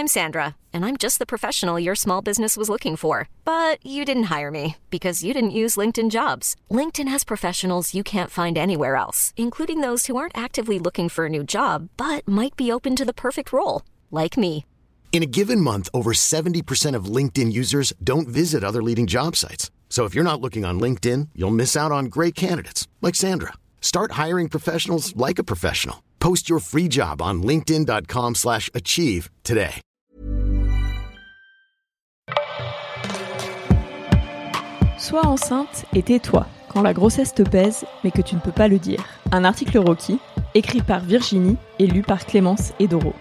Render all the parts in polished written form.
I'm Sandra, and I'm just the professional your small business was looking for. But you didn't hire me because you didn't use LinkedIn Jobs. LinkedIn has professionals you can't find anywhere else, including those who aren't actively looking for a new job, but might be open to the perfect role, like me. In a given month, over 70% of LinkedIn users don't visit other leading job sites. So if you're not looking on LinkedIn, you'll miss out on great candidates like Sandra. Start hiring professionals like a professional. Post your free job on linkedin.com/achieve today. Sois enceinte et tais-toi quand la grossesse te pèse mais que tu ne peux pas le dire. Un article Rocky, écrit par Virginie et lu par Clémence et Doro.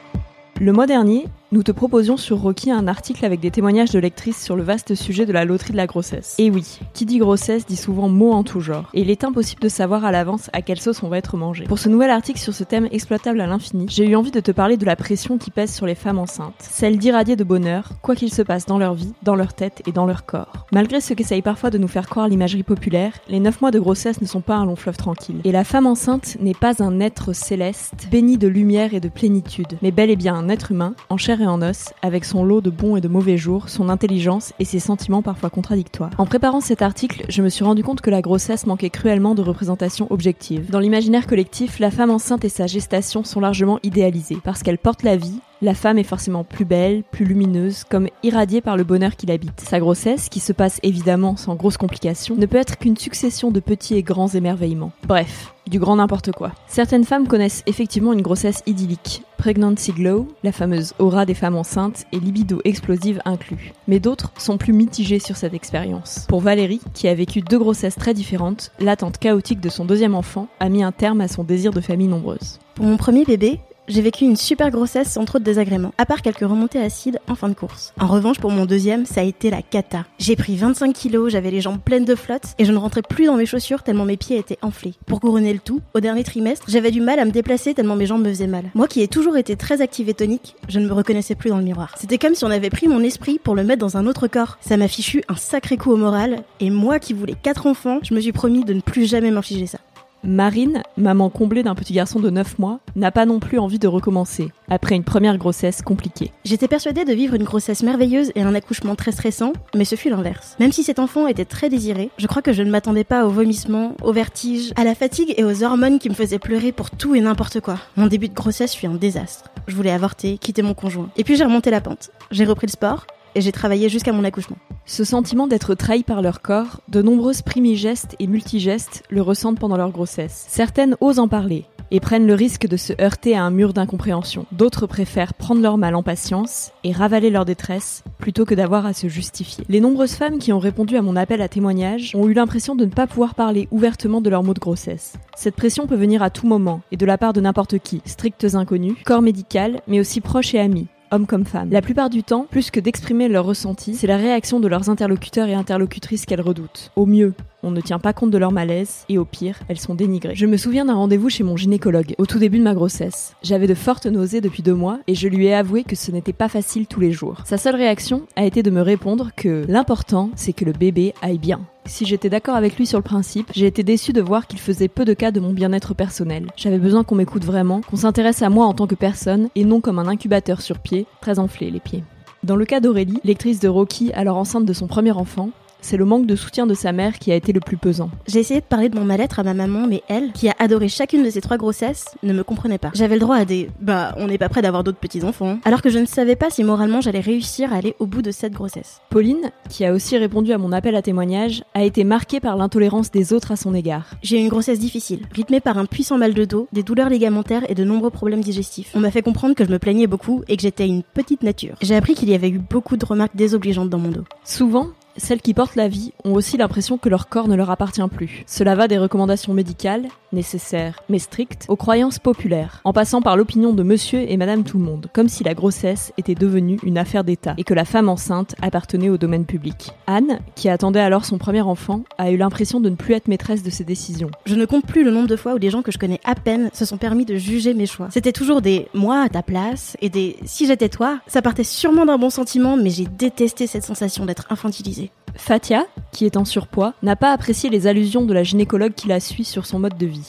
Le mois dernier, nous te proposions sur Rocky un article avec des témoignages de lectrices sur le vaste sujet de la loterie de la grossesse. Et oui, qui dit grossesse dit souvent mots en tout genre. Et il est impossible de savoir à l'avance à quelle sauce on va être mangé. Pour ce nouvel article sur ce thème exploitable à l'infini, j'ai eu envie de te parler de la pression qui pèse sur les femmes enceintes. Celle d'irradier de bonheur, quoi qu'il se passe dans leur vie, dans leur tête et dans leur corps. Malgré ce qu'essaye parfois de nous faire croire l'imagerie populaire, les 9 mois de grossesse ne sont pas un long fleuve tranquille. Et la femme enceinte n'est pas un être céleste, béni de lumière et de plénitude, mais bel et bien un être humain, en chair et en os, avec son lot de bons et de mauvais jours, son intelligence et ses sentiments parfois contradictoires. En préparant cet article, je me suis rendu compte que la grossesse manquait cruellement de représentation objective. Dans l'imaginaire collectif, la femme enceinte et sa gestation sont largement idéalisées, parce qu'elle porte la vie. La femme est forcément plus belle, plus lumineuse, comme irradiée par le bonheur qui l'habite. Sa grossesse, qui se passe évidemment sans grosses complications, ne peut être qu'une succession de petits et grands émerveillements. Bref, du grand n'importe quoi. Certaines femmes connaissent effectivement une grossesse idyllique, pregnancy glow, la fameuse aura des femmes enceintes et libido explosive inclus. Mais d'autres sont plus mitigées sur cette expérience. Pour Valérie, qui a vécu 2 grossesses très différentes, l'attente chaotique de son 2e enfant a mis un terme à son désir de famille nombreuse. Pour mon premier bébé, j'ai vécu une super grossesse sans trop de désagréments, à part quelques remontées acides en fin de course. En revanche, pour mon 2e, ça a été la cata. J'ai pris 25 kilos, j'avais les jambes pleines de flotte, et je ne rentrais plus dans mes chaussures tellement mes pieds étaient enflés. Pour couronner le tout, au dernier trimestre, j'avais du mal à me déplacer tellement mes jambes me faisaient mal. Moi qui ai toujours été très active et tonique, je ne me reconnaissais plus dans le miroir. C'était comme si on avait pris mon esprit pour le mettre dans un autre corps. Ça m'a fichu un sacré coup au moral, et moi qui voulais 4 enfants, je me suis promis de ne plus jamais m'infliger ça. Marine, maman comblée d'un petit garçon de 9 mois, n'a pas non plus envie de recommencer, après une première grossesse compliquée. J'étais persuadée de vivre une grossesse merveilleuse et un accouchement très stressant, mais ce fut l'inverse. Même si cet enfant était très désiré, je crois que je ne m'attendais pas aux vomissements, aux vertiges, à la fatigue et aux hormones qui me faisaient pleurer pour tout et n'importe quoi. Mon début de grossesse fut un désastre. Je voulais avorter, quitter mon conjoint. Et puis j'ai remonté la pente. J'ai repris le sport, et j'ai travaillé jusqu'à mon accouchement. Ce sentiment d'être trahi par leur corps, de nombreuses primigestes et multigestes le ressentent pendant leur grossesse. Certaines osent en parler et prennent le risque de se heurter à un mur d'incompréhension. D'autres préfèrent prendre leur mal en patience et ravaler leur détresse plutôt que d'avoir à se justifier. Les nombreuses femmes qui ont répondu à mon appel à témoignage ont eu l'impression de ne pas pouvoir parler ouvertement de leurs maux de grossesse. Cette pression peut venir à tout moment et de la part de n'importe qui, stricts inconnus, corps médical, mais aussi proches et amis. Hommes comme femmes. La plupart du temps, plus que d'exprimer leurs ressentis, c'est la réaction de leurs interlocuteurs et interlocutrices qu'elles redoutent. Au mieux, on ne tient pas compte de leur malaise, et au pire, elles sont dénigrées. Je me souviens d'un rendez-vous chez mon gynécologue, au tout début de ma grossesse. J'avais de fortes nausées depuis 2 mois, et je lui ai avoué que ce n'était pas facile tous les jours. Sa seule réaction a été de me répondre que l'important, c'est que le bébé aille bien. Si j'étais d'accord avec lui sur le principe, j'ai été déçue de voir qu'il faisait peu de cas de mon bien-être personnel. J'avais besoin qu'on m'écoute vraiment, qu'on s'intéresse à moi en tant que personne, et non comme un incubateur sur pied, très enflé les pieds. Dans le cas d'Aurélie, lectrice de Rocky alors enceinte de son premier enfant, c'est le manque de soutien de sa mère qui a été le plus pesant. J'ai essayé de parler de mon mal-être à ma maman, mais elle, qui a adoré chacune de ses 3 grossesses, ne me comprenait pas. J'avais le droit à des « on n'est pas prêt d'avoir d'autres petits-enfants », alors que je ne savais pas si moralement j'allais réussir à aller au bout de cette grossesse. Pauline, qui a aussi répondu à mon appel à témoignage, a été marquée par l'intolérance des autres à son égard. J'ai eu une grossesse difficile, rythmée par un puissant mal de dos, des douleurs ligamentaires et de nombreux problèmes digestifs. On m'a fait comprendre que je me plaignais beaucoup et que j'étais une petite nature. J'ai appris qu'il y avait eu beaucoup de remarques désobligeantes dans mon dos. Souvent, celles qui portent la vie ont aussi l'impression que leur corps ne leur appartient plus. Cela va des recommandations médicales, nécessaires mais strictes, aux croyances populaires, en passant par l'opinion de monsieur et madame tout le monde, comme si la grossesse était devenue une affaire d'État et que la femme enceinte appartenait au domaine public. Anne, qui attendait alors son premier enfant, a eu l'impression de ne plus être maîtresse de ses décisions. Je ne compte plus le nombre de fois où des gens que je connais à peine se sont permis de juger mes choix. C'était toujours des « moi à ta place » et des « si j'étais toi ». Ça partait sûrement d'un bon sentiment, mais j'ai détesté cette sensation d'être infantilisée. Fatia, qui est en surpoids, n'a pas apprécié les allusions de la gynécologue qui la suit sur son mode de vie.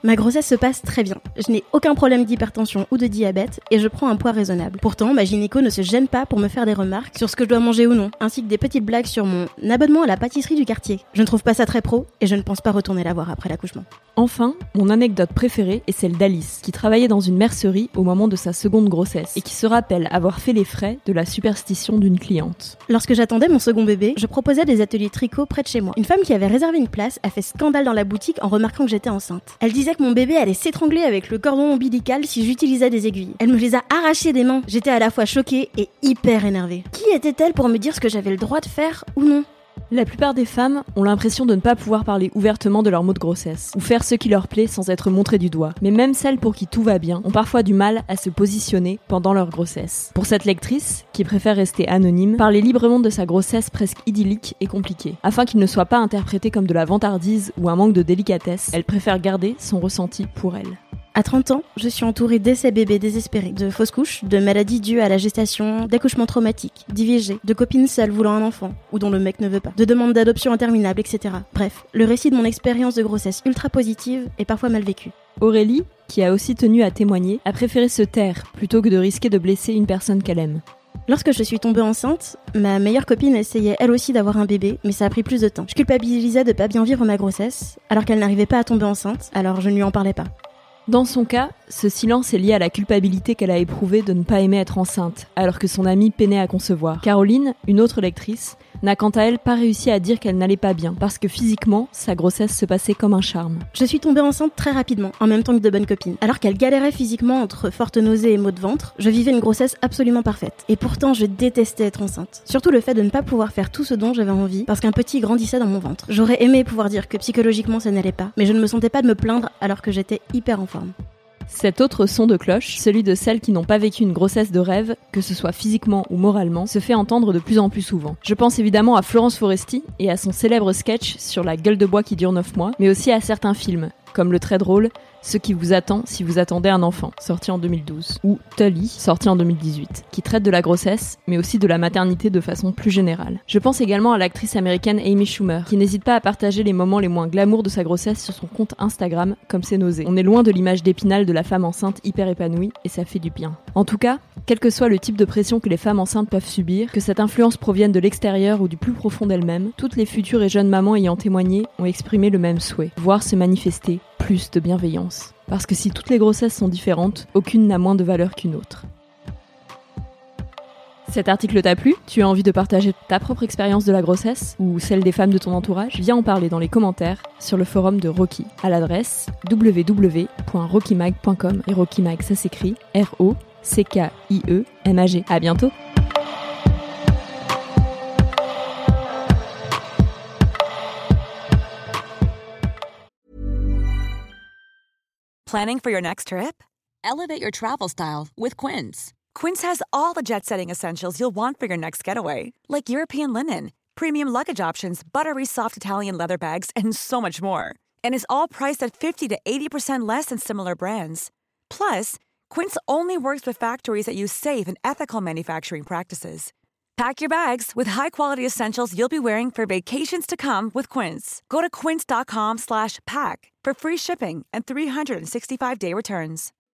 Ma grossesse se passe très bien. Je n'ai aucun problème d'hypertension ou de diabète et je prends un poids raisonnable. Pourtant, ma gynéco ne se gêne pas pour me faire des remarques sur ce que je dois manger ou non, ainsi que des petites blagues sur mon abonnement à la pâtisserie du quartier. Je ne trouve pas ça très pro et je ne pense pas retourner la voir après l'accouchement. Enfin, mon anecdote préférée est celle d'Alice, qui travaillait dans une mercerie au moment de sa seconde grossesse et qui se rappelle avoir fait les frais de la superstition d'une cliente. Lorsque j'attendais mon second bébé, je proposais des ateliers tricot près de chez moi. Une femme qui avait réservé une place a fait scandale dans la boutique en remarquant que j'étais enceinte. Elle disait que mon bébé allait s'étrangler avec le cordon ombilical si j'utilisais des aiguilles. Elle me les a arrachées des mains. J'étais à la fois choquée et hyper énervée. Qui était-elle pour me dire ce que j'avais le droit de faire ou non ? La plupart des femmes ont l'impression de ne pas pouvoir parler ouvertement de leurs maux de grossesse, ou faire ce qui leur plaît sans être montrées du doigt. Mais même celles pour qui tout va bien ont parfois du mal à se positionner pendant leur grossesse. Pour cette lectrice, qui préfère rester anonyme, parler librement de sa grossesse presque idyllique est compliqué. Afin qu'il ne soit pas interprété comme de la vantardise ou un manque de délicatesse, elle préfère garder son ressenti pour elle. À 30 ans, je suis entourée d'essais bébés désespérés, de fausses couches, de maladies dues à la gestation, d'accouchements traumatiques, d'IVG, de copines seules voulant un enfant, ou dont le mec ne veut pas, de demandes d'adoption interminables, etc. Bref, le récit de mon expérience de grossesse ultra positive est parfois mal vécu. Aurélie, qui a aussi tenu à témoigner, a préféré se taire plutôt que de risquer de blesser une personne qu'elle aime. Lorsque je suis tombée enceinte, ma meilleure copine essayait elle aussi d'avoir un bébé, mais ça a pris plus de temps. Je culpabilisais de pas bien vivre ma grossesse, alors qu'elle n'arrivait pas à tomber enceinte, alors je ne lui en parlais pas. Dans son cas, ce silence est lié à la culpabilité qu'elle a éprouvée de ne pas aimer être enceinte, alors que son amie peinait à concevoir. Caroline, une autre lectrice, n'a quant à elle pas réussi à dire qu'elle n'allait pas bien, parce que physiquement, sa grossesse se passait comme un charme. Je suis tombée enceinte très rapidement, en même temps que de bonnes copines. Alors qu'elle galérait physiquement entre fortes nausées et maux de ventre, je vivais une grossesse absolument parfaite. Et pourtant, je détestais être enceinte. Surtout le fait de ne pas pouvoir faire tout ce dont j'avais envie, parce qu'un petit grandissait dans mon ventre. J'aurais aimé pouvoir dire que psychologiquement ça n'allait pas, mais je ne me sentais pas de me plaindre alors que j'étais hyper en forme. Cet autre son de cloche, celui de celles qui n'ont pas vécu une grossesse de rêve, que ce soit physiquement ou moralement, se fait entendre de plus en plus souvent. Je pense évidemment à Florence Foresti et à son célèbre sketch sur la gueule de bois qui dure 9 mois, mais aussi à certains films, comme le très drôle Ce qui vous attend si vous attendez un enfant, sorti en 2012, ou Tully, sorti en 2018, qui traite de la grossesse, mais aussi de la maternité de façon plus générale. Je pense également à l'actrice américaine Amy Schumer, qui n'hésite pas à partager les moments les moins glamour de sa grossesse sur son compte Instagram, comme ses nausées. On est loin de l'image d'Épinal de la femme enceinte hyper épanouie, et ça fait du bien. En tout cas, quel que soit le type de pression que les femmes enceintes peuvent subir, que cette influence provienne de l'extérieur ou du plus profond d'elles-mêmes, toutes les futures et jeunes mamans ayant témoigné ont exprimé le même souhait, voir se manifester plus de bienveillance. Parce que si toutes les grossesses sont différentes, aucune n'a moins de valeur qu'une autre. Cet article t'a plu ? Tu as envie de partager ta propre expérience de la grossesse ou celle des femmes de ton entourage ? Viens en parler dans les commentaires sur le forum de Rocky à l'adresse www.rockymag.com. Et Rocky Mag, ça s'écrit ROCKIEMAG. À bientôt. Planning for your next trip? Elevate your travel style with Quince. Quince has all the jet-setting essentials you'll want for your next getaway, like European linen, premium luggage options, buttery soft Italian leather bags, and so much more. And is all priced at 50 to 80% less than similar brands. Plus, Quince only works with factories that use safe and ethical manufacturing practices. Pack your bags with high-quality essentials you'll be wearing for vacations to come with Quince. Go to quince.com/pack for free shipping and 365-day returns.